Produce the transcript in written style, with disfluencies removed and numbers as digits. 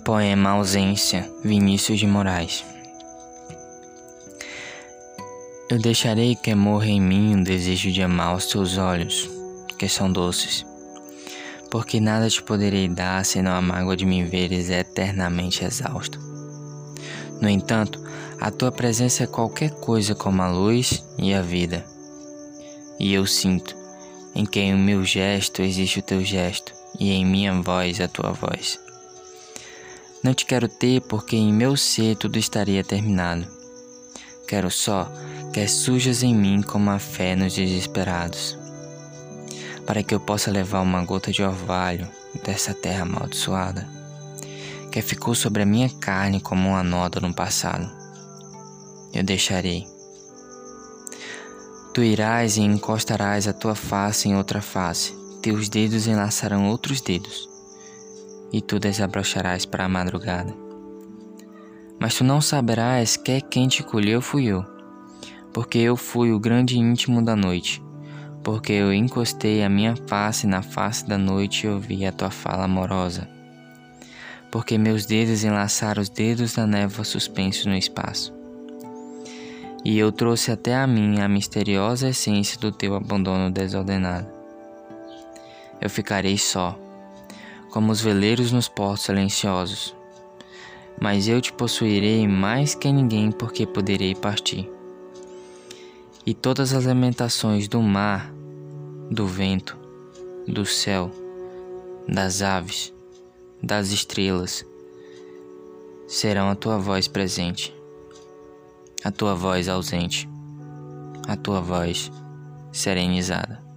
Poema Ausência, Vinícius de Moraes. Eu deixarei que morra em mim o desejo de amar os teus olhos, que são doces, porque nada te poderei dar senão a mágoa de me veres eternamente exausto. No entanto, a tua presença é qualquer coisa como a luz e a vida. E eu sinto, em que em meu gesto existe o teu gesto, e em minha voz a tua voz. Não te quero ter porque em meu ser tudo estaria terminado. Quero só que surjas em mim como a fé nos desesperados, para que eu possa levar uma gota de orvalho dessa terra amaldiçoada, que ficou sobre a minha carne como uma nota no passado. Eu deixarei. Tu irás e encostarás a tua face em outra face, teus dedos enlaçarão outros dedos, e tu desabrocharás para a madrugada. Mas tu não saberás que quem te colheu fui eu, porque eu fui o grande íntimo da noite, porque eu encostei a minha face na face da noite e ouvi a tua fala amorosa, porque meus dedos enlaçaram os dedos da névoa suspensos no espaço. E eu trouxe até a mim a misteriosa essência do teu abandono desordenado. Eu ficarei só, como os veleiros nos portos silenciosos, mas eu te possuirei mais que ninguém porque poderei partir. E todas as lamentações do mar, do vento, do céu, das aves, das estrelas, serão a tua voz presente, a tua voz ausente, a tua voz serenizada.